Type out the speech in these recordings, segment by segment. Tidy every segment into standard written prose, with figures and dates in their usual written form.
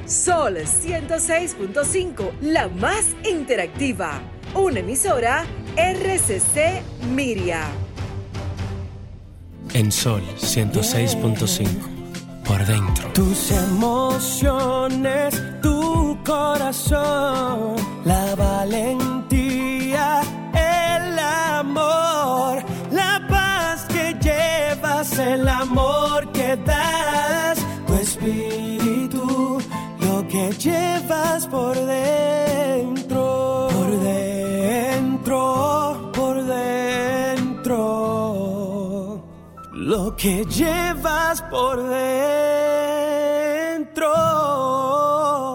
Sol 106.5, la más interactiva. Una emisora RCC Miria. En Sol 106.5, por dentro. Tus emociones, tu corazón, la valentía, el amor, la paz que llevas, el amor que das, tu espíritu, lo que llevas por dentro, por dentro, por dentro, lo que llevas por dentro.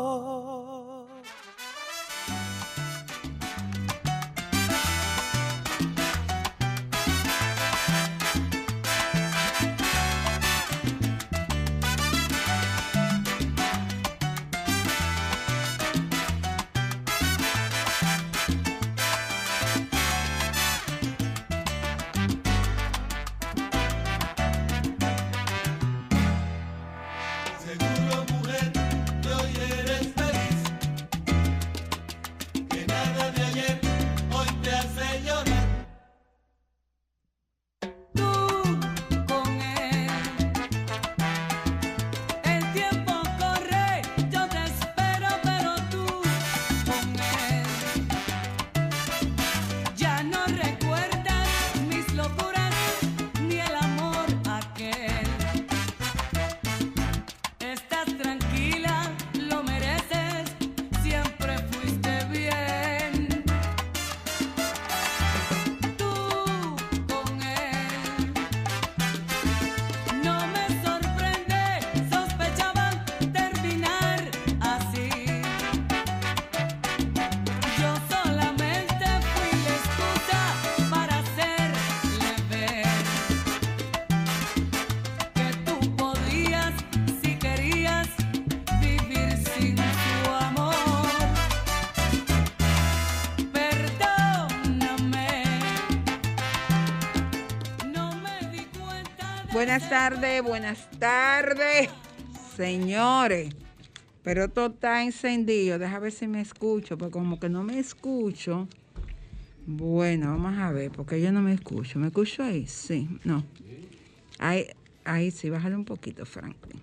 Buenas tardes, señores. Pero todo está encendido. Deja ver si me escucho, porque como que no me escucho. Bueno, vamos a ver, porque yo no me escucho. ¿Me escucho ahí? Sí, no. Ahí sí, bájale un poquito, Franklin.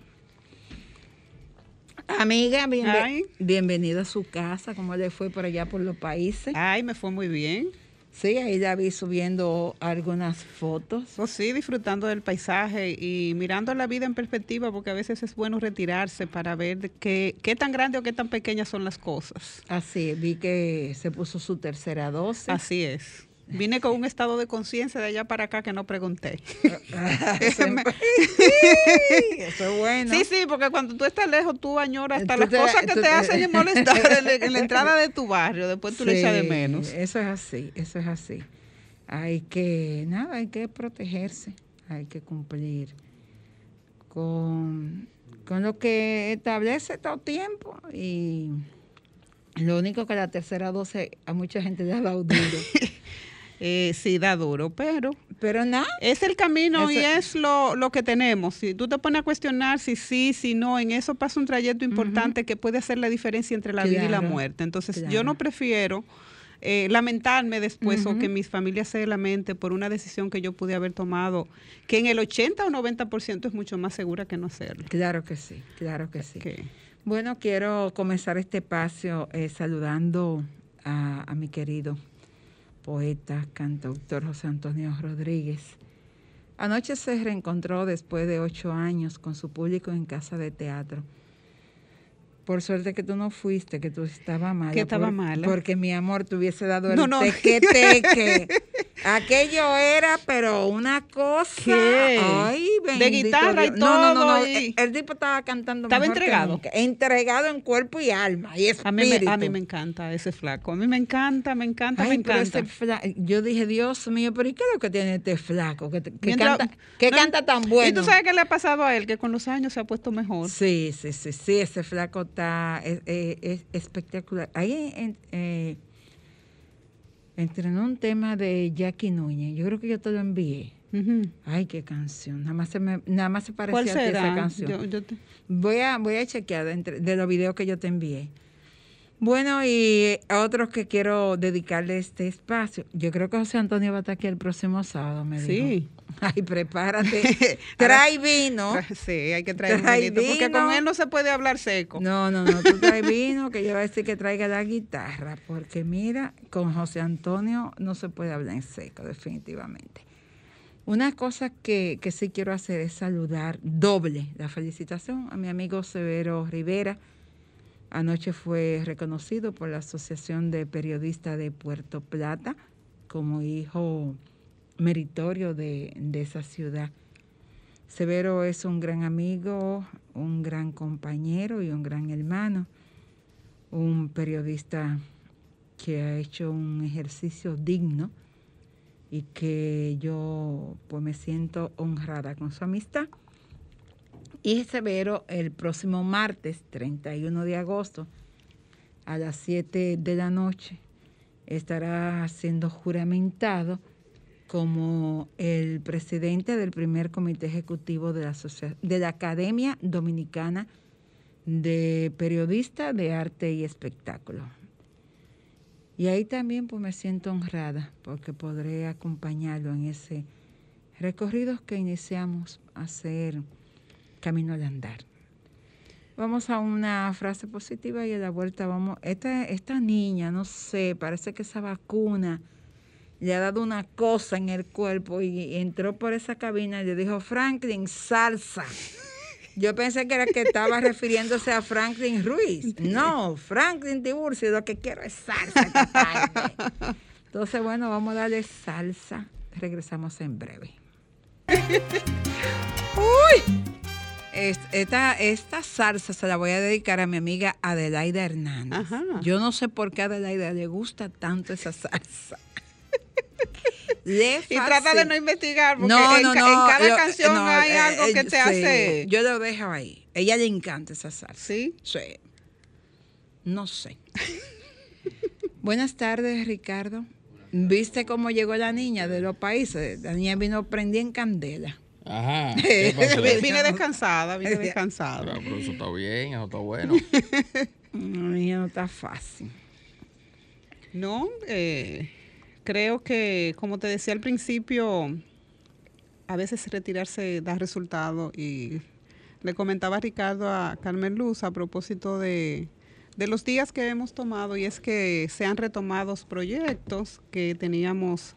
Amiga, bienvenida a su casa. ¿Cómo le fue por allá por los países? Ay, me fue muy bien. Sí, ahí la vi subiendo algunas fotos. Pues sí, disfrutando del paisaje y mirando la vida en perspectiva, porque a veces es bueno retirarse para ver qué tan grande o qué tan pequeñas son las cosas. Así, vi que se puso su tercera dosis. Así es. Vine con un estado de conciencia de allá para acá que no pregunté. Eso es bueno. Sí, porque cuando tú estás lejos, tú añoras hasta las cosas que te hacen molestar en la entrada de tu barrio. Después tú le echas de menos. Eso es así. Hay que protegerse. Hay que cumplir con lo que establece todo tiempo. Y lo único que la tercera dosis a mucha gente le ha dado duro. Sí, da duro, pero nada. Es el camino y es lo que tenemos. Si tú te pones a cuestionar si sí, si no, en eso pasa un trayecto importante que puede hacer la diferencia entre la vida y la muerte. Entonces, yo no prefiero lamentarme después o que mis familias se lamente por una decisión que yo pude haber tomado, que en el 80 o 90% es mucho más segura que no hacerlo. Claro que sí. Okay. Bueno, quiero comenzar este espacio saludando a mi querido poeta, cantautor José Antonio Rodríguez. Anoche se reencontró después de 8 años con su público en casa de teatro. Por suerte que tú no fuiste, que tú estabas mala. Que estaba mala. Porque, mi amor, te hubiese dado el teque. Aquello era, pero una cosa. ¿Qué? Ay, bendito de guitarra Dios. y todo. No. El tipo estaba cantando. Estaba entregado. Entregado en cuerpo y alma. Y espíritu. A mí me encanta ese flaco. A mí me encanta. Yo dije, Dios mío, pero ¿y qué es lo que tiene este flaco? Que canta tan bueno. ¿Y tú sabes qué le ha pasado a él? Que con los años se ha puesto mejor. Sí. Ese flaco está es espectacular. Ahí entrenó un tema de Jackie Núñez. Yo creo que yo te lo envié. Ay, qué canción. Nada más se parecía ¿Cuál a ti será? esa canción. Voy a chequear de los videos que yo te envié. Bueno, y a otros que quiero dedicarle este espacio. Yo creo que José Antonio va a estar aquí el próximo sábado, me dijo. Sí. Ay, prepárate. Trae vino. Sí, hay que traer un vinito, porque con él no se puede hablar seco. No, tú trae vino, que yo voy a decir que traiga la guitarra, porque mira, con José Antonio no se puede hablar en seco, definitivamente. Una cosa que sí quiero hacer es saludar doble la felicitación a mi amigo Severo Rivera. Anoche fue reconocido por la Asociación de Periodistas de Puerto Plata como hijo meritorio de esa ciudad. Severo es un gran amigo, un gran compañero y un gran hermano, un periodista que ha hecho un ejercicio digno y que yo pues me siento honrada con su amistad. Y Severo el próximo martes 31 de agosto a las 7 de la noche estará siendo juramentado como el presidente del primer comité ejecutivo de la Academia Dominicana de Periodistas de Arte y Espectáculo. Y ahí también pues me siento honrada porque podré acompañarlo en ese recorrido que iniciamos a hacer camino al andar. Vamos a una frase positiva y a la vuelta vamos. Esta niña, no sé, parece que esa vacuna le ha dado una cosa en el cuerpo y entró por esa cabina y le dijo, Franklin, salsa. Yo pensé que era que estaba refiriéndose a Franklin Ruiz. No, Franklin Tiburcio, lo que quiero es salsa esta tarde. Entonces, bueno, vamos a darle salsa. Regresamos en breve. ¡Uy! Esta salsa se la voy a dedicar a mi amiga Adelaida Hernández. Ajá. Yo no sé por qué a Adelaida le gusta tanto esa salsa. Y trata de no investigar, porque en cada canción hay algo que te hace. Yo lo dejo ahí. A ella le encanta esa salsa. ¿Sí? Sí. No sé. Buenas tardes, Ricardo. ¿Viste cómo llegó la niña de los países? La niña vino prendida en candela. Ajá. ¿Qué pasó? Vine descansada. Pero eso está bien, eso está bueno. La niña no está fácil. No, creo que, como te decía al principio, a veces retirarse da resultado. Y le comentaba a Ricardo, a Carmen Luz, a propósito de los días que hemos tomado, y es que se han retomado proyectos que teníamos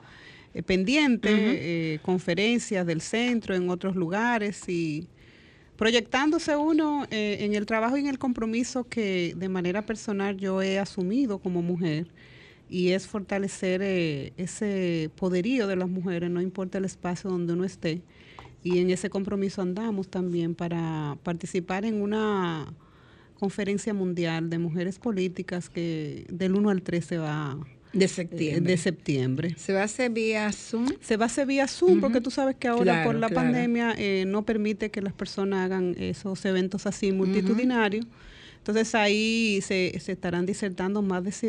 pendientes, conferencias del centro en otros lugares, y proyectándose uno en el trabajo y en el compromiso que de manera personal yo he asumido como mujer, y es fortalecer ese poderío de las mujeres, no importa el espacio donde uno esté, y en ese compromiso andamos también para participar en una conferencia mundial de mujeres políticas que del 1 al 3 se va de septiembre. ¿Se va a hacer vía Zoom? Se va a hacer vía Zoom, porque tú sabes que ahora por la pandemia no permite que las personas hagan esos eventos así multitudinarios. Entonces ahí se estarán disertando más de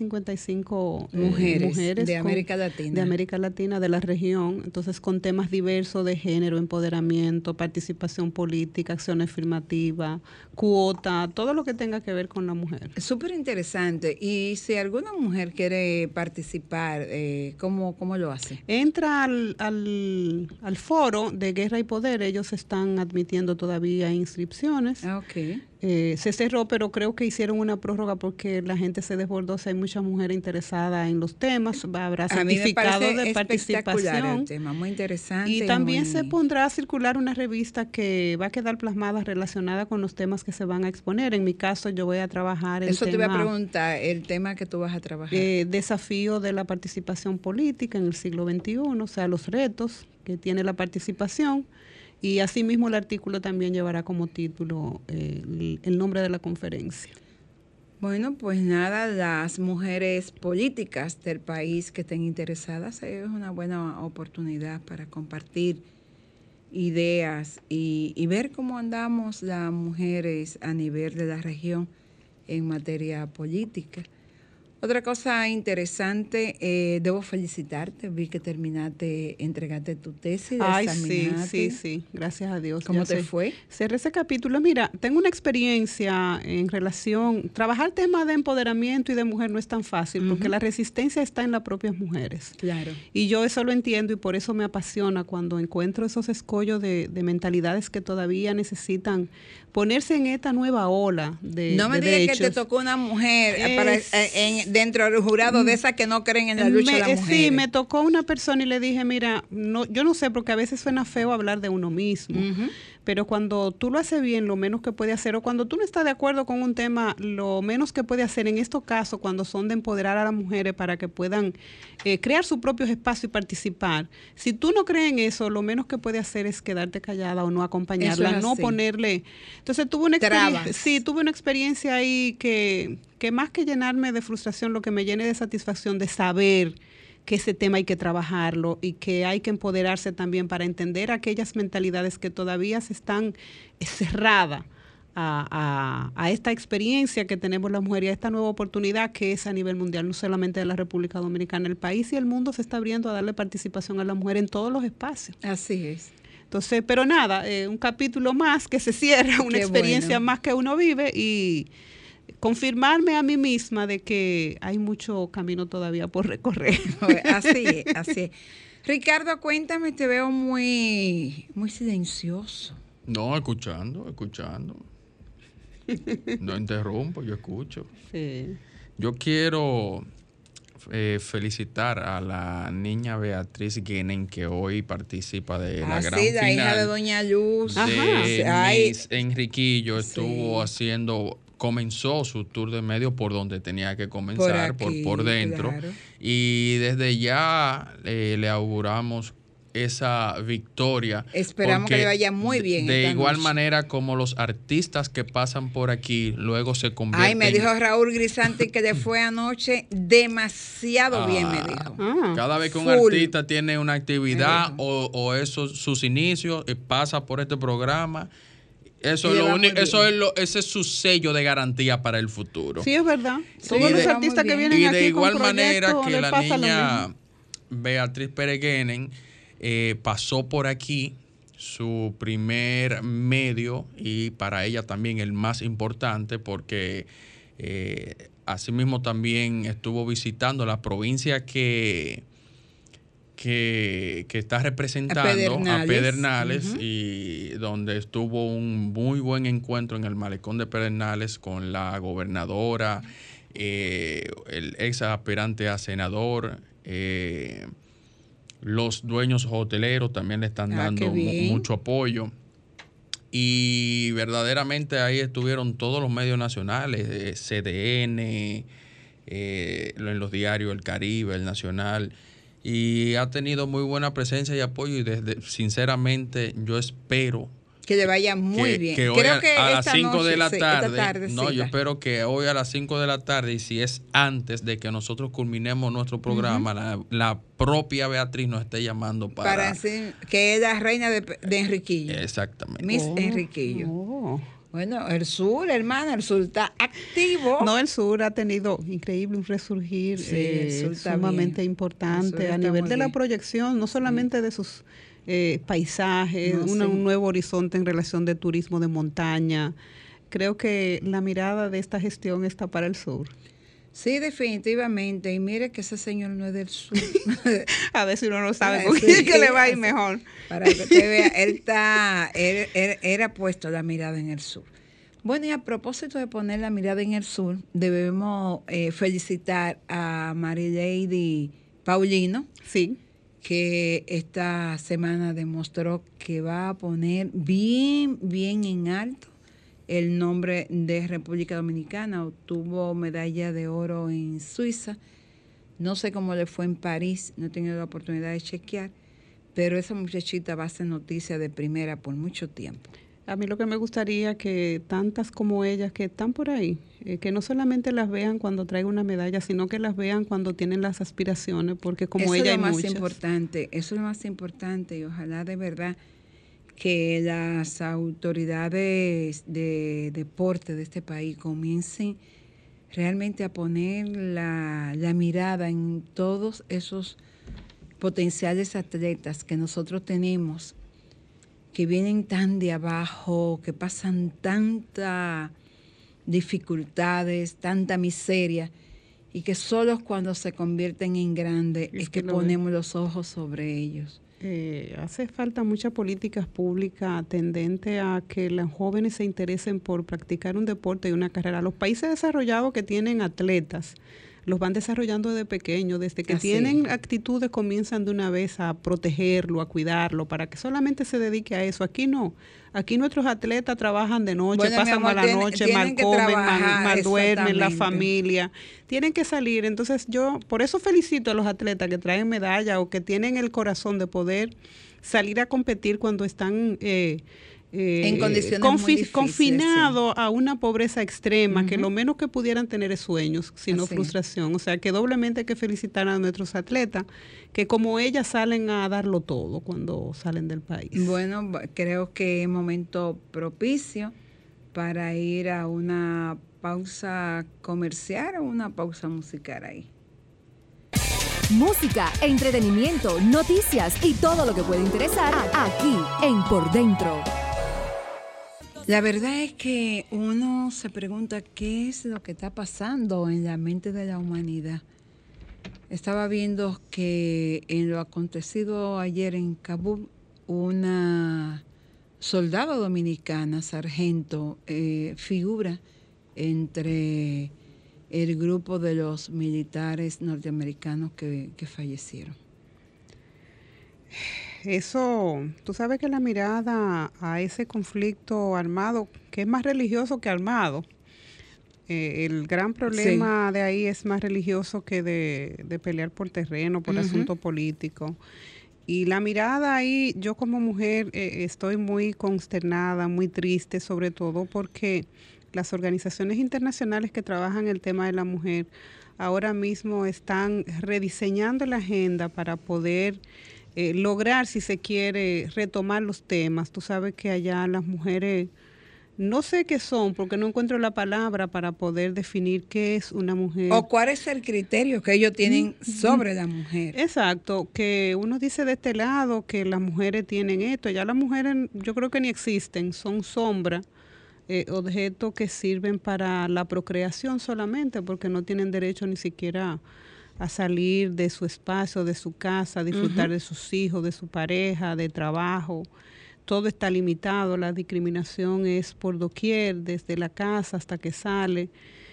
55 mujeres de América Latina. De América Latina, de la región. Entonces con temas diversos de género, empoderamiento, participación política, acción afirmativa, cuota, todo lo que tenga que ver con la mujer. Es súper interesante. Y si alguna mujer quiere participar, ¿cómo lo hace? Entra al foro de Guerra y Poder. Ellos están admitiendo todavía inscripciones. Okay. Se cerró, pero creo que hicieron una prórroga porque la gente se desbordó. Si hay muchas mujeres interesadas en los temas, habrá certificado de participación. El tema, muy interesante. Y también se pondrá a circular una revista que va a quedar plasmada relacionada con los temas que se van a exponer. En mi caso, yo voy a trabajar Eso te iba a preguntar, el tema que tú vas a trabajar. Desafío de la participación política en el siglo XXI, o sea, los retos que tiene la participación. Y asimismo el artículo también llevará como título el nombre de la conferencia. Bueno, pues nada, las mujeres políticas del país que estén interesadas, es una buena oportunidad para compartir ideas y ver cómo andamos las mujeres a nivel de la región en materia política. Otra cosa interesante, debo felicitarte, vi que entregaste tu tesis. Ay, sí, gracias a Dios. ¿Cómo te fue? Cerré ese capítulo. Mira, tengo una experiencia en relación, trabajar temas de empoderamiento y de mujer no es tan fácil, porque la resistencia está en las propias mujeres. Claro. Y yo eso lo entiendo y por eso me apasiona cuando encuentro esos escollos de mentalidades que todavía necesitan ponerse en esta nueva ola de no me digas que te tocó una mujer dentro del jurado de esas que no creen en la lucha de la mujer. Sí, me tocó una persona y le dije, mira, no, yo no sé, porque a veces suena feo hablar de uno mismo, pero cuando tú lo haces bien, lo menos que puede hacer, o cuando tú no estás de acuerdo con un tema, lo menos que puede hacer en estos casos, cuando son de empoderar a las mujeres para que puedan crear sus propios espacios y participar, si tú no crees en eso, lo menos que puede hacer es quedarte callada o no acompañarla, no ponerle. Entonces tuve una experiencia ahí que más que llenarme de frustración, lo que me llene de satisfacción de saber que ese tema hay que trabajarlo y que hay que empoderarse también para entender aquellas mentalidades que todavía se están cerradas a esta experiencia que tenemos las mujeres y a esta nueva oportunidad que es a nivel mundial, no solamente de la República Dominicana. El país y el mundo se está abriendo a darle participación a la mujer en todos los espacios. Así es. Entonces, pero nada, un capítulo más que se cierra, una experiencia más que uno vive y confirmarme a mí misma de que hay mucho camino todavía por recorrer. Así es. Ricardo, cuéntame, te veo muy silencioso. No, escuchando. No interrumpo, yo escucho. Sí. Yo quiero felicitar a la niña Beatriz Guenen, que hoy participa de la gran final. La hija de Doña Luz. Miss Enriquillo estuvo comenzó su tour de medios por donde tenía que comenzar, por dentro. Claro. Y desde ya le auguramos esa victoria. Esperamos que le vaya muy bien. De igual manera como los artistas que pasan por aquí luego se convierten. Ay, me dijo Raúl Grisanti que le fue anoche demasiado bien, me dijo. Cada vez que un artista tiene una actividad o sus inicios, pasa por este programa. Eso es lo único, ese es su sello de garantía para el futuro. Sí, es verdad. Todos los artistas que vienen aquí de igual con manera que la niña Beatriz Pérez Guenen pasó por aquí, su primer medio, y para ella también el más importante, porque asimismo también estuvo visitando la provincia que está representando a Pedernales y donde estuvo un muy buen encuentro en el malecón de Pedernales con la gobernadora, el ex aspirante a senador, los dueños hoteleros también le están dando mucho apoyo. Y verdaderamente ahí estuvieron todos los medios nacionales, CDN, en los diarios El Caribe, El Nacional, y ha tenido muy buena presencia y apoyo, y sinceramente yo espero que le vaya muy bien. Que hoy a las 5 de la tarde, yo espero que hoy a las 5 de la tarde, y si es antes de que nosotros culminemos nuestro programa, la propia Beatriz nos esté llamando para decir que es la reina de Enriquillo. Exactamente. Miss Enriquillo. Bueno, el sur, hermana, el sur está activo. No, el sur ha tenido increíble un resurgir sumamente importante a nivel de la proyección, no solamente de sus paisajes, un nuevo horizonte en relación de turismo de montaña. Creo que la mirada de esta gestión está para el sur. Sí, definitivamente. Y mire que ese señor no es del sur. A ver si uno no sabe con quién que le va a ir mejor. Para que usted vea, él ha puesto la mirada en el sur. Bueno, y a propósito de poner la mirada en el sur, debemos felicitar a Marilady Paulino. Sí. Que esta semana demostró que va a poner bien en alto el nombre de República Dominicana. Obtuvo medalla de oro en Suiza. No sé cómo le fue en París, no he tenido la oportunidad de chequear, pero esa muchachita va a ser noticia de primera por mucho tiempo. A mí lo que me gustaría que tantas como ellas que están por ahí, que no solamente las vean cuando traigan una medalla, sino que las vean cuando tienen las aspiraciones, porque como ella hay muchas. Eso es lo más importante, y ojalá de verdad que las autoridades de deporte de este país comiencen realmente a poner la mirada en todos esos potenciales atletas que nosotros tenemos, que vienen tan de abajo, que pasan tantas dificultades, tanta miseria, y que solo cuando se convierten en grandes es que ponemos los ojos sobre ellos. Hace falta muchas políticas públicas tendentes a que los jóvenes se interesen por practicar un deporte y una carrera. Los países desarrollados que tienen atletas los van desarrollando desde pequeños, desde que tienen actitudes comienzan de una vez a protegerlo, a cuidarlo, para que solamente se dedique a eso. Aquí no. Aquí nuestros atletas trabajan de noche, pasan mala noche, mal comen, mal duermen, la familia. Tienen que salir. Entonces yo por eso felicito a los atletas que traen medalla o que tienen el corazón de poder salir a competir cuando están en condiciones muy difíciles, confinado a una pobreza extrema, que lo menos que pudieran tener es sueños, sino frustración. O sea, que doblemente hay que felicitar a nuestros atletas, que como ellas salen a darlo todo cuando salen del país. Bueno, creo que es momento propicio para ir a una pausa comercial o una pausa musical ahí. Música, entretenimiento, noticias y todo lo que puede interesar aquí en Por Dentro. La verdad es que uno se pregunta qué es lo que está pasando en la mente de la humanidad. Estaba viendo que en lo acontecido ayer en Kabul, una soldado dominicana, sargento, figura entre el grupo de los militares norteamericanos que fallecieron. Eso, tú sabes que la mirada a ese conflicto armado, que es más religioso que armado, el gran problema de ahí es más religioso que de pelear por terreno, por asunto político. Y la mirada ahí, yo como mujer estoy muy consternada, muy triste, sobre todo porque las organizaciones internacionales que trabajan el tema de la mujer ahora mismo están rediseñando la agenda para poder lograr, si se quiere, retomar los temas. Tú sabes que allá las mujeres, no sé qué son, porque no encuentro la palabra para poder definir qué es una mujer. O cuál es el criterio que ellos tienen sobre la mujer. Exacto, que uno dice de este lado que las mujeres tienen esto, ya las mujeres yo creo que ni existen, son sombra, objetos que sirven para la procreación solamente, porque no tienen derecho ni siquiera a salir de su espacio, de su casa, a disfrutar de sus hijos, de su pareja, de trabajo. Todo está limitado, la discriminación es por doquier, desde la casa hasta que sale.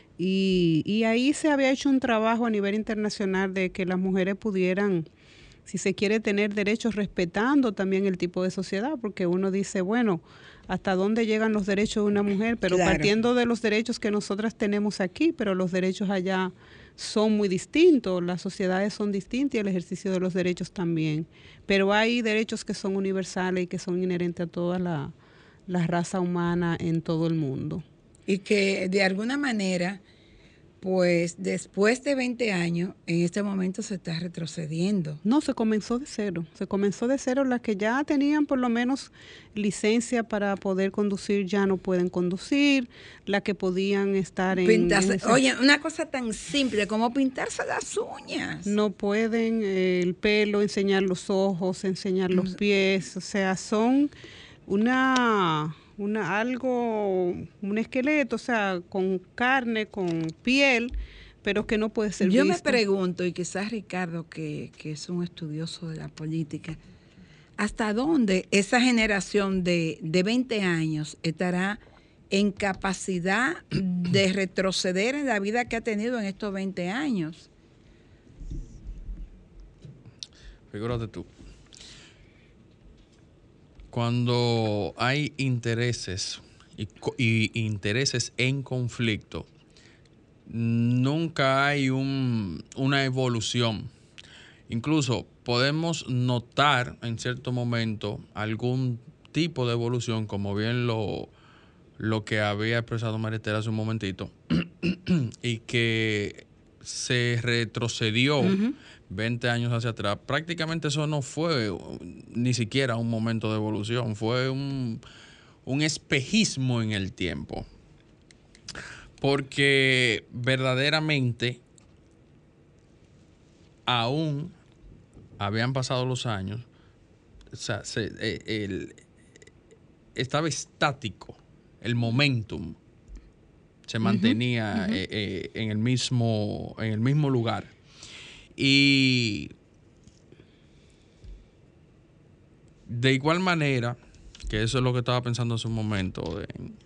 Y ahí se había hecho un trabajo a nivel internacional de que las mujeres pudieran, si se quiere, tener derechos respetando también el tipo de sociedad, porque uno dice, bueno, hasta dónde llegan los derechos de una mujer, pero partiendo de los derechos que nosotras tenemos aquí, pero los derechos allá son muy distintos, las sociedades son distintas y el ejercicio de los derechos también, pero hay derechos que son universales y que son inherentes a toda la raza humana en todo el mundo. Y que de alguna manera, pues después de 20 años, en este momento se está retrocediendo. No, se comenzó de cero. Las que ya tenían por lo menos licencia para poder conducir ya no pueden conducir, las que podían estar Oye, una cosa tan simple como pintarse las uñas. No pueden el pelo, enseñar los ojos, enseñar los pies, o sea, son un esqueleto, o sea, con carne, con piel, pero que no puede ser visto. Yo me pregunto, y quizás Ricardo, que es un estudioso de la política, ¿hasta dónde esa generación de 20 años estará en capacidad de retroceder en la vida que ha tenido en estos 20 años? Figúrate tú. Cuando hay intereses y intereses en conflicto, nunca hay una evolución. Incluso podemos notar en cierto momento algún tipo de evolución, como bien lo que había expresado María Estela hace un momentito, y que se retrocedió 20 años hacia atrás. Prácticamente eso no fue ni siquiera un momento de evolución, fue un espejismo en el tiempo. porque verdaderamente aún habían pasado los años, o sea, estaba estático, el momentum se mantenía en el mismo lugar. Y de igual manera, que eso es lo que estaba pensando hace un momento,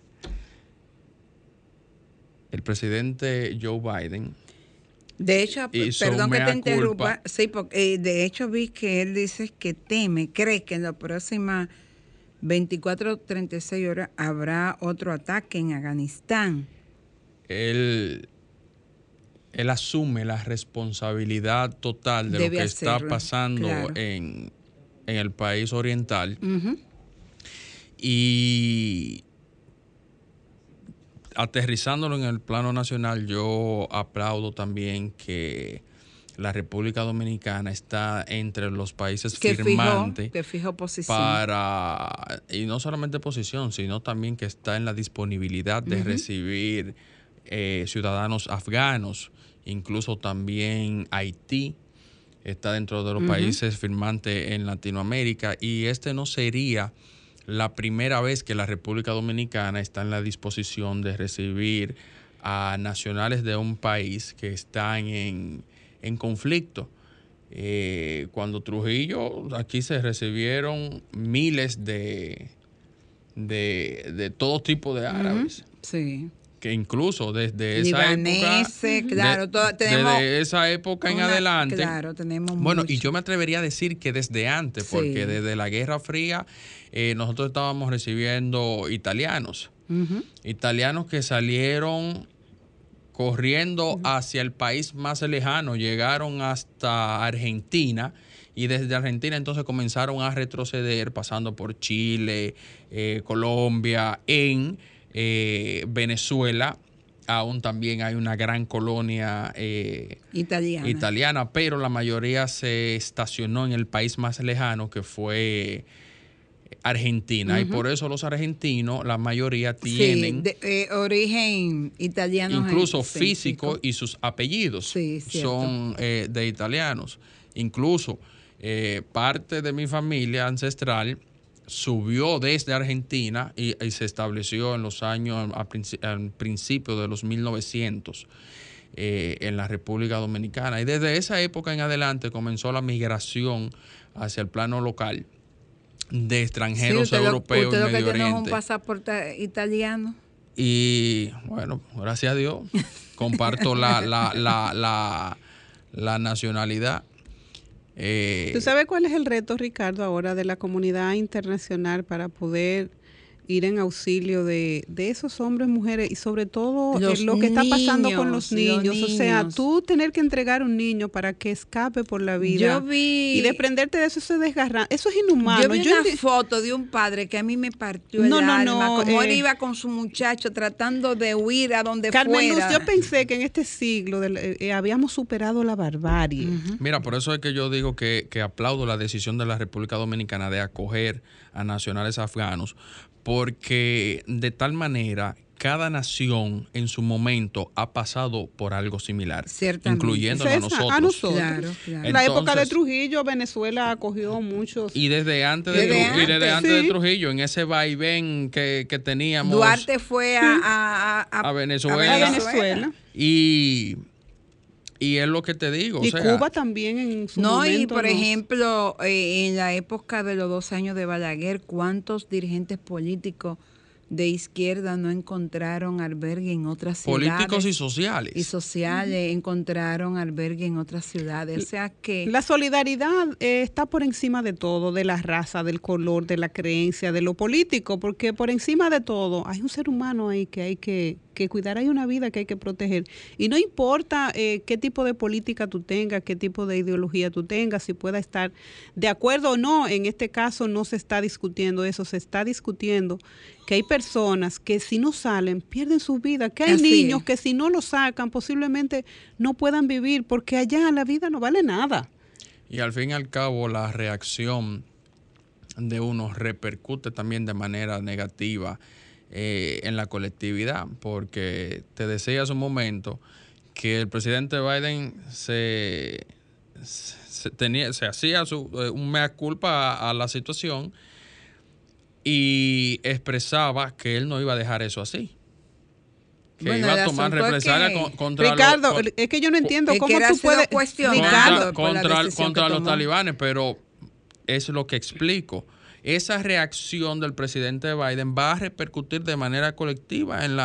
el presidente Joe Biden. De hecho, perdón que te interrumpa, sí, porque de hecho vi que él dice que cree que en las próximas 24 o 36 horas habrá otro ataque en Afganistán. Él asume la responsabilidad total de lo que está pasando, claro, en el país oriental. Y aterrizándolo en el plano nacional, yo aplaudo también que la República Dominicana está entre los países firmantes que fijó posición y no solamente posición, sino también que está en la disponibilidad de recibir ciudadanos afganos. Incluso también Haití está dentro de los países firmantes en Latinoamérica, y no sería la primera vez que la República Dominicana está en la disposición de recibir a nacionales de un país que están en conflicto. Cuando Trujillo, aquí se recibieron miles de todo tipo de árabes. Sí. Que incluso desde esa época, claro, desde esa época en adelante, claro, tenemos bueno, mucho. Y yo me atrevería a decir que desde antes, porque desde la Guerra Fría nosotros estábamos recibiendo italianos que salieron corriendo hacia el país más lejano, llegaron hasta Argentina, y desde Argentina entonces comenzaron a retroceder, pasando por Chile, Colombia, en Venezuela aún también hay una gran colonia italiana, pero la mayoría se estacionó en el país más lejano, que fue Argentina. Y por eso los argentinos, la mayoría tienen origen italiano, incluso físico, y sus apellidos son de italianos. Incluso parte de mi familia ancestral subió desde Argentina y se estableció en los años, al principio de los 1900, en la República Dominicana. Y desde esa época en adelante comenzó la migración hacia el plano local de extranjeros europeos. ¿Usted y lo que Medio tiene es un Oriente. pasaporte italiano? Y bueno, gracias a Dios, comparto la nacionalidad. ¿Tú sabes cuál es el reto, Ricardo, ahora de la comunidad internacional para poder ir en auxilio de esos hombres, mujeres, y sobre todo lo que está pasando con los niños? O sea, tú tener que entregar un niño para que escape por la vida y desprenderte de eso, eso es inhumano. Yo vi una foto de un padre que a mí me partió el alma, como él iba con su muchacho tratando de huir a donde Carmen fuera. Luz, yo pensé que en este siglo habíamos superado la barbarie. Mira, por eso es que yo digo que aplaudo la decisión de la República Dominicana de acoger a nacionales afganos, porque de tal manera cada nación en su momento ha pasado por algo similar, incluyéndonos a nosotros. Claro. En la época de Trujillo, Venezuela acogió muchos. Y desde antes de Trujillo, en ese vaivén que teníamos. Duarte fue a Venezuela. Y es lo que te digo. Y Cuba también en su momento. Y por ejemplo, en la época de los 2 años de Balaguer, ¿cuántos dirigentes políticos de izquierda no encontraron albergue en otras ciudades? Políticos y sociales. Encontraron albergue en otras ciudades. O sea que la solidaridad está por encima de todo, de la raza, del color, de la creencia, de lo político, porque por encima de todo hay un ser humano ahí que hay que cuidar, hay una vida que hay que proteger. Y no importa qué tipo de política tú tengas, qué tipo de ideología tú tengas, si pueda estar de acuerdo o no. En este caso no se está discutiendo eso, se está discutiendo que hay personas que si no salen pierden sus vidas, que hay niños que si no lo sacan posiblemente no puedan vivir, porque allá la vida no vale nada. Y al fin y al cabo la reacción de uno repercute también de manera negativa en la colectividad, porque te decía hace un momento que el presidente Biden se hacía un mea culpa a la situación y expresaba que él no iba a dejar eso así. Que iba a tomar represalias contra Ricardo, es que yo no entiendo cómo tú puedes cuestionar contra los talibanes, pero es lo que explico. Esa reacción del presidente Biden va a repercutir de manera colectiva en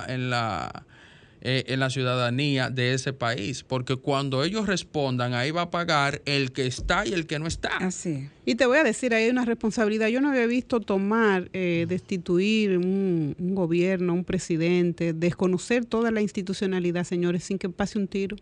la ciudadanía de ese país, porque cuando ellos respondan, ahí va a pagar el que está y el que no está. Así. Y te voy a decir, ahí hay una responsabilidad. Yo no había visto destituir un gobierno, un presidente, desconocer toda la institucionalidad, señores, sin que pase un tiro.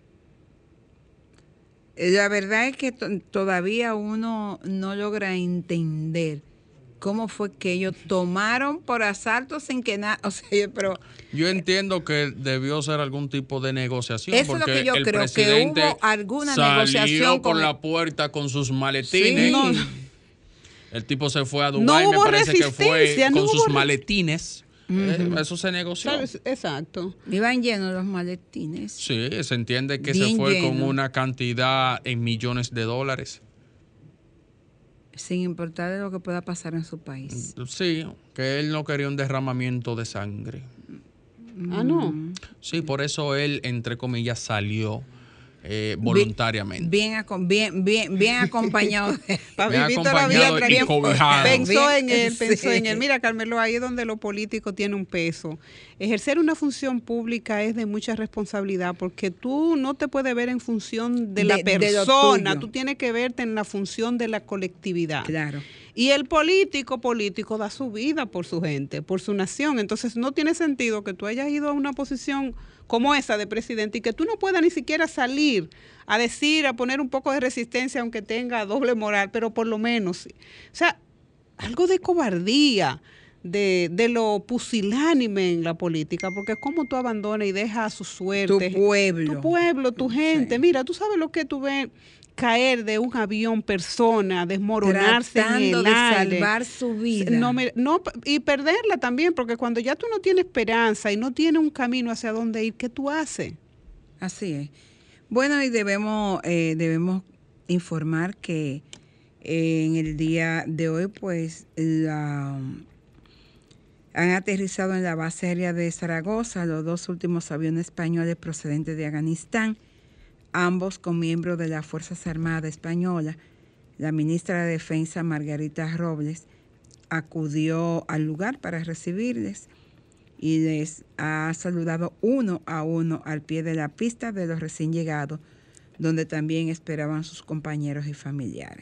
La verdad es que todavía uno no logra entender cómo fue que ellos tomaron por asalto sin que nada, pero yo entiendo que debió ser algún tipo de negociación. Eso es lo que yo creo, que hubo alguna negociación. Salió por la puerta con sus maletines. Sí. No. El tipo se fue a Dubái, no me parece que fue no con sus maletines. Eso se negoció. ¿Sabes? Exacto. Iban llenos los maletines. Sí, se entiende que se fue con una cantidad en millones de dólares. Sin importar de lo que pueda pasar en su país. Sí, que él no quería un derramamiento de sangre. Ah, no. Sí, por eso él, entre comillas, salió voluntariamente. Bien acompañado. Bien acompañado y cobijado. Pensó en él. Mira, Carmelo, ahí es donde lo político tiene un peso. Ejercer una función pública es de mucha responsabilidad, porque tú no te puedes ver en función de la persona, tú tienes que verte en la función de la colectividad. Claro. Y el político da su vida por su gente, por su nación. Entonces no tiene sentido que tú hayas ido a una posición como esa de presidente y que tú no puedas ni siquiera salir a decir, a poner un poco de resistencia, aunque tenga doble moral, pero por lo menos, o sea, algo de cobardía, de lo pusilánime en la política, porque es como tú abandonas y dejas a su suerte. Tu pueblo, tu gente. Sí. Mira, tú sabes lo que tú ves caer de un avión persona, desmoronarse en el aire, de salvar su vida. No, y perderla también, porque cuando ya tú no tienes esperanza y no tienes un camino hacia dónde ir, ¿qué tú haces? Así es. Bueno, y debemos informar que en el día de hoy, pues, han aterrizado en la base aérea de Zaragoza los 2 últimos aviones españoles procedentes de Afganistán, ambos con miembros de las Fuerzas Armadas Españolas. La ministra de Defensa, Margarita Robles, acudió al lugar para recibirles y les ha saludado uno a uno al pie de la pista de los recién llegados, donde también esperaban sus compañeros y familiares.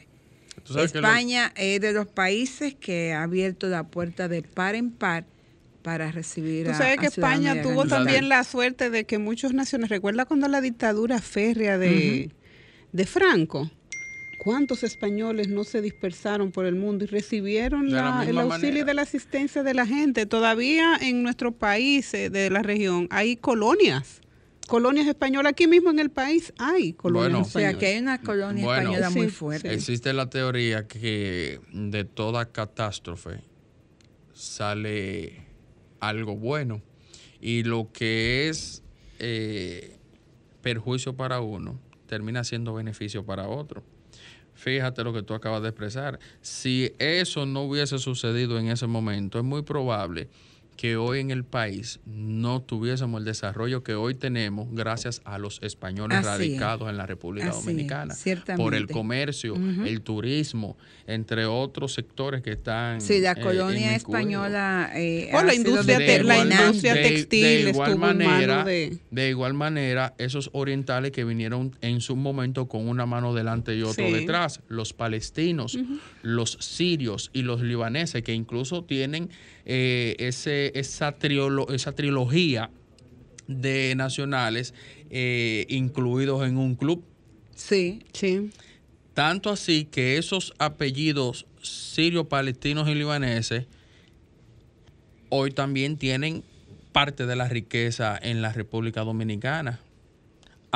España es de los países que ha abierto la puerta de par en par para recibir a Tú sabes que España tuvo también la suerte de que muchos naciones, recuerda cuando la dictadura férrea de Franco, cuántos españoles no se dispersaron por el mundo y recibieron el auxilio de la asistencia de la gente. Todavía en nuestro país de la región hay colonias españolas. Aquí mismo en el país hay colonias españolas. O sea, que hay una colonia española muy fuerte. Existe la teoría que de toda catástrofe sale algo bueno, y lo que es perjuicio para uno termina siendo beneficio para otro. Fíjate lo que tú acabas de expresar. Si eso no hubiese sucedido en ese momento, es muy probable que hoy en el país no tuviésemos el desarrollo que hoy tenemos gracias a los españoles radicados en la República Dominicana. Por el comercio, el turismo, entre otros sectores que están la colonia española por la industria textil. De igual manera, esos orientales que vinieron en su momento con una mano delante y otro detrás, los palestinos, los sirios y los libaneses, que incluso tienen esa trilogía de nacionales incluidos en un club. Sí. Tanto así que esos apellidos sirios, palestinos y libaneses hoy también tienen parte de la riqueza en la República Dominicana.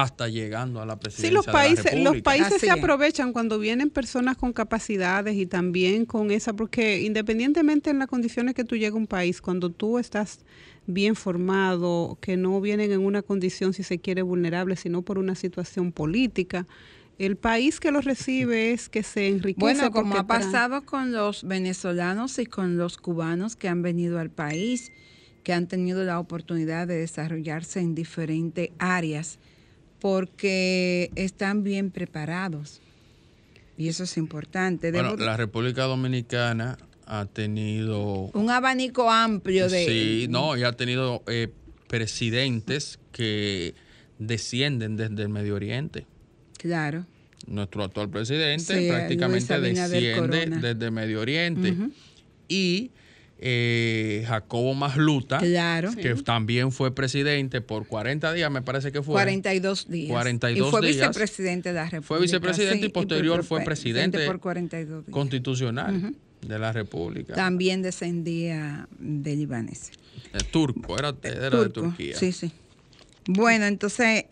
hasta llegando a la presidencia de la República. Los países se aprovechan cuando vienen personas con capacidades y también con esa, porque independientemente en las condiciones que tú llegas a un país, cuando tú estás bien formado, que no vienen en una condición, si se quiere, vulnerable, sino por una situación política, el país que los recibe es que se enriquece. Bueno, como ha pasado con los venezolanos y con los cubanos que han venido al país, que han tenido la oportunidad de desarrollarse en diferentes áreas, porque están bien preparados. Y eso es importante. Bueno, la República Dominicana ha tenido un abanico amplio de... Sí, y ha tenido presidentes que descienden desde el Medio Oriente. Claro. Nuestro actual presidente prácticamente desciende desde el Medio Oriente. Uh-huh. Y Jacobo Masluta, que también fue presidente por 40 días, me parece que fue. 42 días. 42 y fue días. Vicepresidente de la República. Fue vicepresidente y posterior fue presidente por 42 días. Constitucional de la República. También descendía de libanés. Turco, era turco. De Turquía. Sí. Bueno, entonces,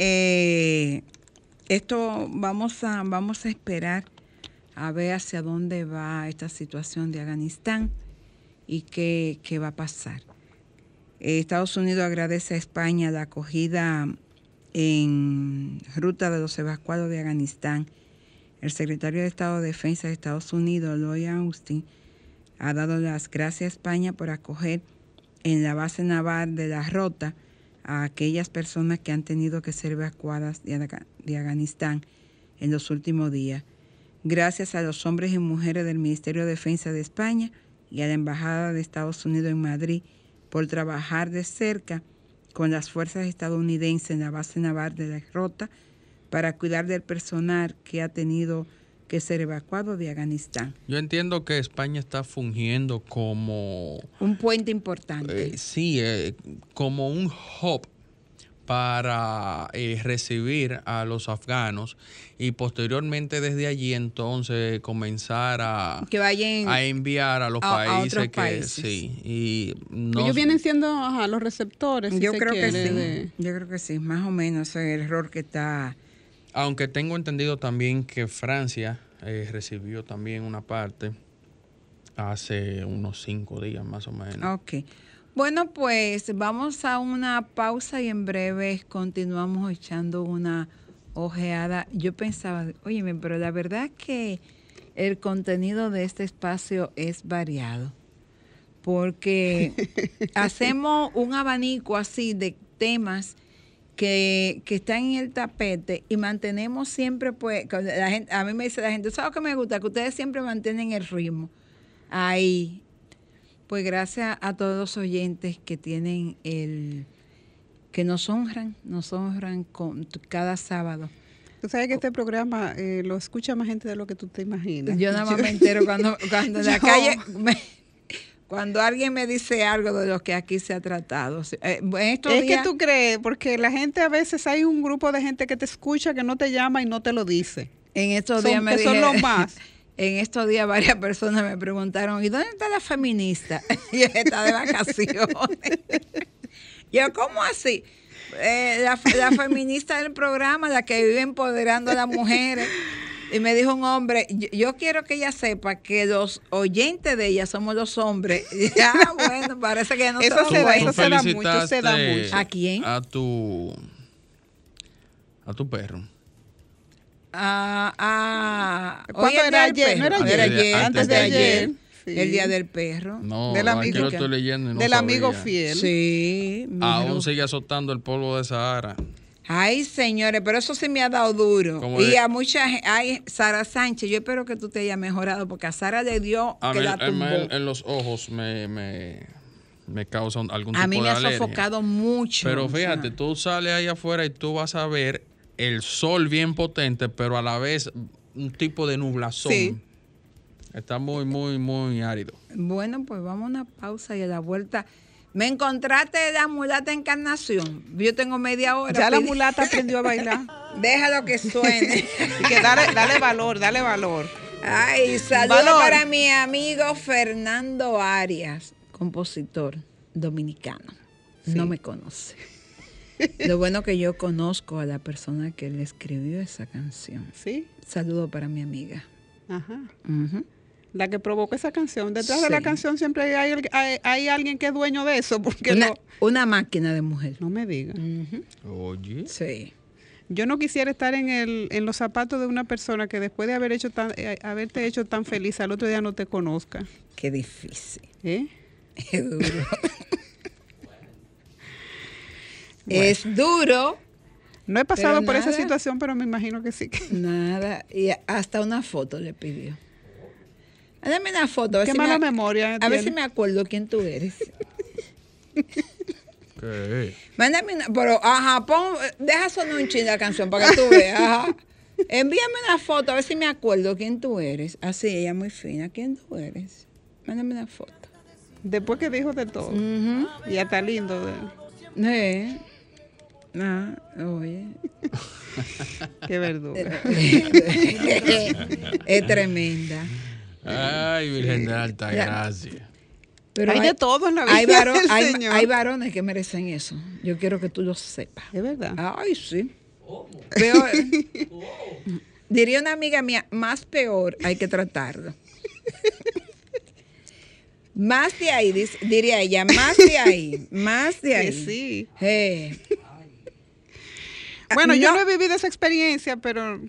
esto vamos a esperar a ver hacia dónde va esta situación de Afganistán y qué va a pasar. Estados Unidos agradece a España la acogida en ruta de los evacuados de Afganistán. El secretario de Estado de Defensa de Estados Unidos, Lloyd Austin, ha dado las gracias a España por acoger en la base naval de La Rota a aquellas personas que han tenido que ser evacuadas de Afganistán en los últimos días. Gracias a los hombres y mujeres del Ministerio de Defensa de España y a la Embajada de Estados Unidos en Madrid por trabajar de cerca con las fuerzas estadounidenses en la base naval de La Rota para cuidar del personal que ha tenido que ser evacuado de Afganistán. Yo entiendo que España está fungiendo como... un puente importante. Como un hub para recibir a los afganos y posteriormente desde allí entonces comenzar a enviar a los países que países. Sí, y ellos vienen siendo los receptores. Yo creo que sí, más o menos ese es el error que está. Aunque tengo entendido también que Francia recibió también una parte hace unos 5 días más o menos. Ok. Bueno, pues vamos a una pausa y en breve continuamos echando una ojeada. Yo pensaba, óyeme, pero la verdad es que el contenido de este espacio es variado, porque hacemos un abanico así de temas que están en el tapete y mantenemos siempre, pues, la gente, a mí me dice la gente, ¿sabes qué me gusta? Que ustedes siempre mantienen el ritmo ahí. Pues gracias a todos los oyentes que tienen que nos honran con cada sábado. Tú sabes que este programa lo escucha más gente de lo que tú te imaginas. Yo nada más me entero cuando en la calle, cuando alguien me dice algo de lo que aquí se ha tratado. Que tú crees, porque la gente a veces hay un grupo de gente que te escucha, que no te llama y no te lo dice. En estos días me dijeron, son los más. En estos días varias personas me preguntaron, ¿y dónde está la feminista? Y está de vacaciones. Yo, ¿cómo así? La feminista del programa, la que vive empoderando a las mujeres. Y me dijo un hombre, yo quiero que ella sepa que los oyentes de ella somos los hombres. Ya, bueno, parece que no eso se da mucho. ¿A quién? A tu perro. ¿Cuándo era ayer? No era ayer, antes de ayer. Sí. El día del perro. No, aquí lo estoy leyendo y no del sabía. Amigo fiel. Sí. Aún sigue azotando el polvo de Sahara. Ay, señores, pero eso sí me ha dado duro. Y a mucha gente, Sara Sánchez, yo espero que tú te hayas mejorado, porque a Sara le dio que la tumbó. En los ojos me causa algún tipo de alergia. A mí me ha sofocado mucho. Pero fíjate, tú sales ahí afuera y tú vas a ver el sol bien potente, pero a la vez un tipo de nublazón. Sí. Está muy, muy, muy árido. Bueno, pues vamos a una pausa y a la vuelta. Me encontraste la mulata Encarnación. Yo tengo media hora. Ya la mulata aprendió a bailar. Déjalo que suene. Que dale valor. Ay, saludos para mi amigo Fernando Arias, compositor dominicano. Sí. No me conoce. Lo bueno que yo conozco a la persona que le escribió esa canción. Sí. Saludo para mi amiga. Ajá. Uh-huh. La que provocó esa canción. Detrás de la canción siempre hay alguien que es dueño de eso. Porque una máquina de mujer. No me diga. Uh-huh. Oye. Sí. Yo no quisiera estar en los zapatos de una persona que después de haberte hecho tan feliz, al otro día no te conozca. Qué difícil. Es duro. Es duro. No he pasado por esa situación, pero me imagino que sí. Nada. Y hasta una foto le pidió. Dame una foto. Qué mala memoria. A ver si me acuerdo quién tú eres. ¿Qué? Mándame una, pero, deja sonar un chin la canción para que tú veas, ajá. Envíame una foto, a ver si me acuerdo quién tú eres. Así, ella muy fina, ¿quién tú eres? Mándame una foto. Después que dijo de todo. Uh-huh. Ya está lindo. Oye. Qué verdura. Es tremenda. Ay, Virgen de Alta Gracia. Pero hay de todo en la vida. Hay varones que merecen eso. Yo quiero que tú lo sepas. Es verdad. Ay, sí. Peor. Diría una amiga mía, más peor hay que tratarlo. Más de ahí, diría ella, más de ahí. Sí. Bueno, yo no he vivido esa experiencia, pero...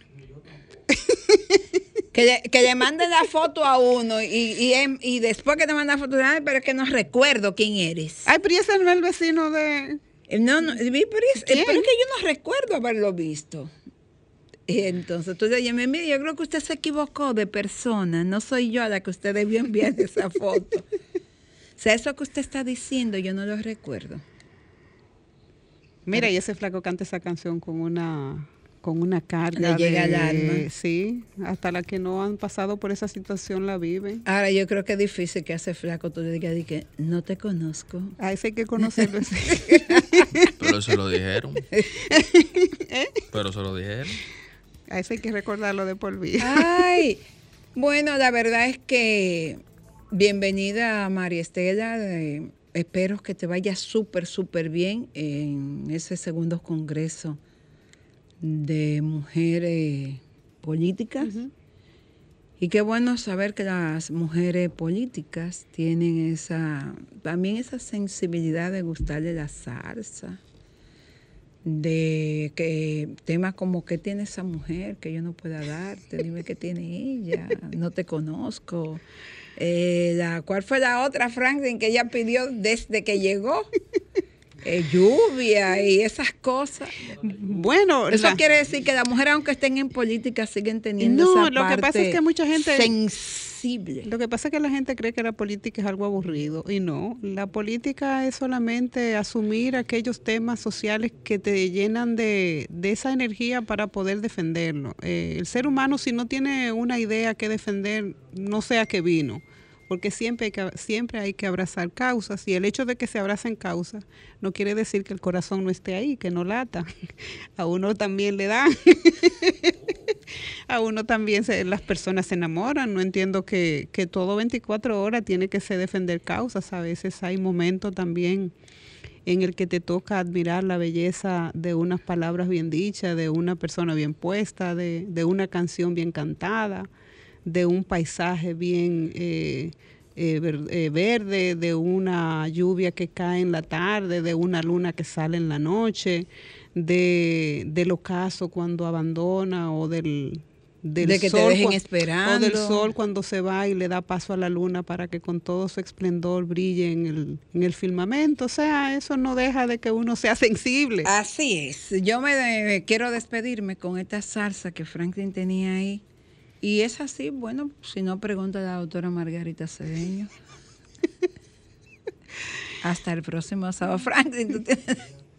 Que le manden la foto a uno y después que te mandan la foto, pero es que no recuerdo quién eres. Ay, pero ese no es el vecino de... No, pero es que yo no recuerdo haberlo visto. Y entonces tú dices, mire, yo creo que usted se equivocó de persona, no soy yo a la que usted debió enviar esa foto. O sea, eso que usted está diciendo, yo no lo recuerdo. Mira, y ese flaco canta esa canción con una carga. Le llega al alma. Sí, hasta las que no han pasado por esa situación la viven. Ahora, yo creo que es difícil que a ese flaco tú le digas que no te conozco. A ese hay que conocerlo. Pero se lo dijeron. Pero se lo dijeron. A ese hay que recordarlo de por vida. Ay, bueno, la verdad es que bienvenida a María Estela. Espero que te vaya súper, súper bien en ese segundo congreso de mujeres políticas. Uh-huh. Y qué bueno saber que las mujeres políticas tienen también esa sensibilidad de gustarle la salsa, de que temas como ¿qué tiene esa mujer que yo no pueda darte? Dime qué tiene ella, no te conozco. ¿Cuál fue la otra, Franklin, que ella pidió desde que llegó? Lluvia y esas cosas. Bueno, eso quiere decir que las mujeres, aunque estén en política, siguen teniendo esa parte lo que pasa es que mucha gente sensible. Lo que pasa es que la gente cree que la política es algo aburrido y no. La política es solamente asumir aquellos temas sociales que te llenan de esa energía para poder defenderlo. El ser humano, si no tiene una idea que defender, no sé a qué vino. Porque siempre hay que abrazar causas, y el hecho de que se abracen causas no quiere decir que el corazón no esté ahí, que no lata. A uno también le da. A uno también las personas se enamoran. No entiendo que todo 24 horas tiene que ser defender causas. A veces hay momentos también en el que te toca admirar la belleza de unas palabras bien dichas, de una persona bien puesta, de una canción bien cantada, de un paisaje bien verde, de una lluvia que cae en la tarde, de una luna que sale en la noche, del ocaso cuando abandona, o del de que sol, te dejen esperando, o del sol cuando se va y le da paso a la luna para que con todo su esplendor brille en el firmamento. O sea, eso no deja de que uno sea sensible. Así es. Yo quiero despedirme con esta salsa que Franklin tenía ahí. Y es así, bueno, si no, pregunta a la doctora Margarita Cedeño. Hasta el próximo sábado. Franklin, tú tienes...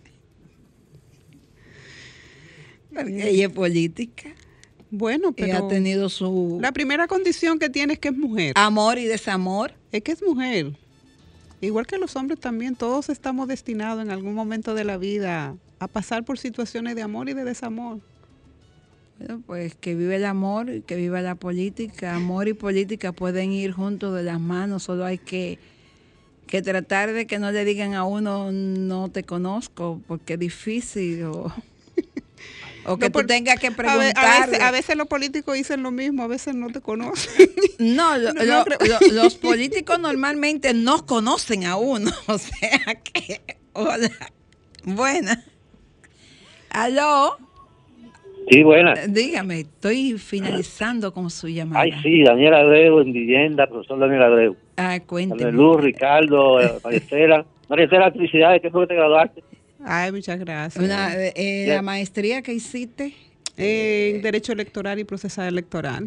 Porque ella es política. Bueno, pero... Ella ha tenido su... La primera condición que tiene es que es mujer. Amor y desamor. Es que es mujer. Igual que los hombres también, todos estamos destinados en algún momento de la vida a pasar por situaciones de amor y de desamor. Bueno, pues que vive el amor y que viva la política. Amor y política pueden ir juntos de las manos, solo hay que que tratar de que no le digan a uno no te conozco porque es difícil o que tú tengas que preguntar. A veces los políticos dicen lo mismo, a veces no te conocen. No, los políticos normalmente no conocen a uno, o sea que, hola, buena. ¿Aló? Sí, buena. Dígame, estoy finalizando con su llamada. Ay, sí, Daniel Abreu en vivienda, profesor Daniel Abreu. Cuénteme. Luz, Ricardo, Maricela. Maricela, felicidades, ¿qué fue que te graduaste? Ay, muchas gracias. La maestría que hiciste. En Derecho Electoral y Procesal Electoral.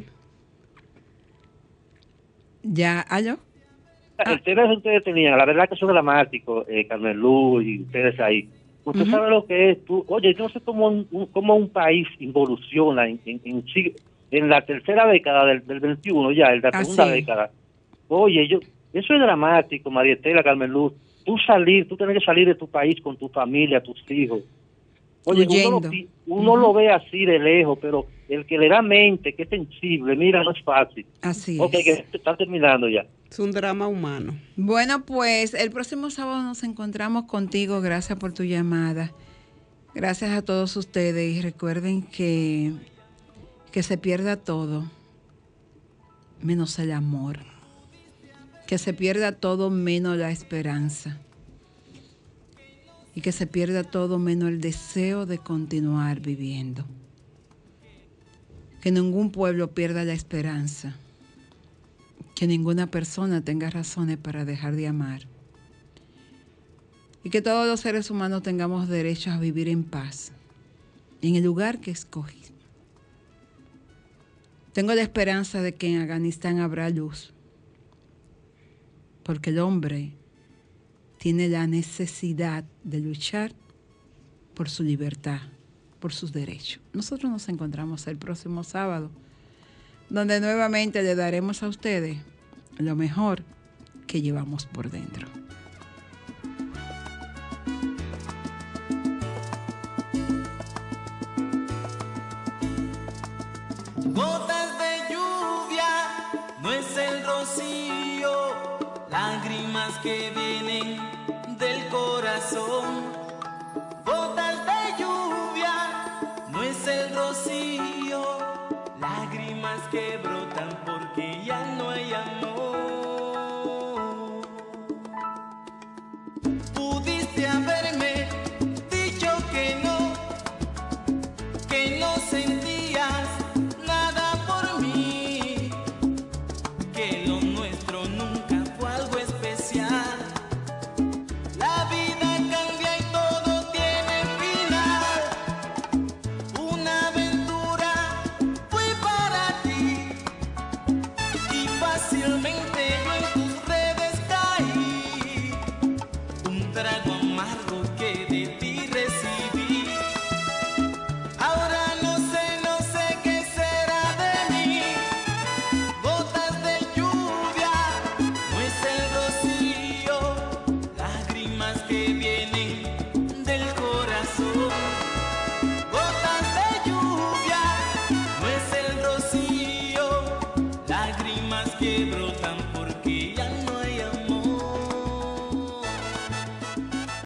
Ya, ¿aló? El tema que ustedes tenían, la verdad que son dramáticos, Carmen Luz y ustedes ahí. Usted sabe lo que es. Oye, yo no sé cómo un país involuciona en la tercera década del 21, ya, en la segunda década. Oye, eso es dramático, María Estela, Carmen Luz. Tú tienes que salir de tu país con tu familia, tus hijos. Oye, uno lo ve así de lejos, pero el que le da mente, que es sensible, mira, no es fácil. Así es. Que está terminando ya. Es un drama humano. Bueno, pues el próximo sábado nos encontramos contigo. Gracias por tu llamada. Gracias a todos ustedes. Y recuerden que se pierda todo, menos el amor. Que se pierda todo menos la esperanza. Y que se pierda todo menos el deseo de continuar viviendo. Que ningún pueblo pierda la esperanza. Que ninguna persona tenga razones para dejar de amar. Y que todos los seres humanos tengamos derecho a vivir en paz, en el lugar que escogí. Tengo la esperanza de que en Afganistán habrá luz, porque el hombre tiene la necesidad de luchar por su libertad, por sus derechos. Nosotros nos encontramos el próximo sábado, donde nuevamente le daremos a ustedes lo mejor que llevamos por dentro. Gotas de lluvia, no es el rocío, lágrimas que vienen del corazón. Gotas de lluvia, no es el rocío, lágrimas que brotan porque ya no hay amor. Pudiste haberme dicho que no sentías nada por mí, que lo nuestro nunca fue algo especial. La vida cambia y todo tiene final. Una aventura fue para ti y fácilmente yo en tus redes caí. Un trago amargo que de ti recibí. Ahora no sé qué será de mí. Gotas de lluvia, no es el rocío, lágrimas que vienen del corazón. Gotas de lluvia, no es el rocío, lágrimas que brotan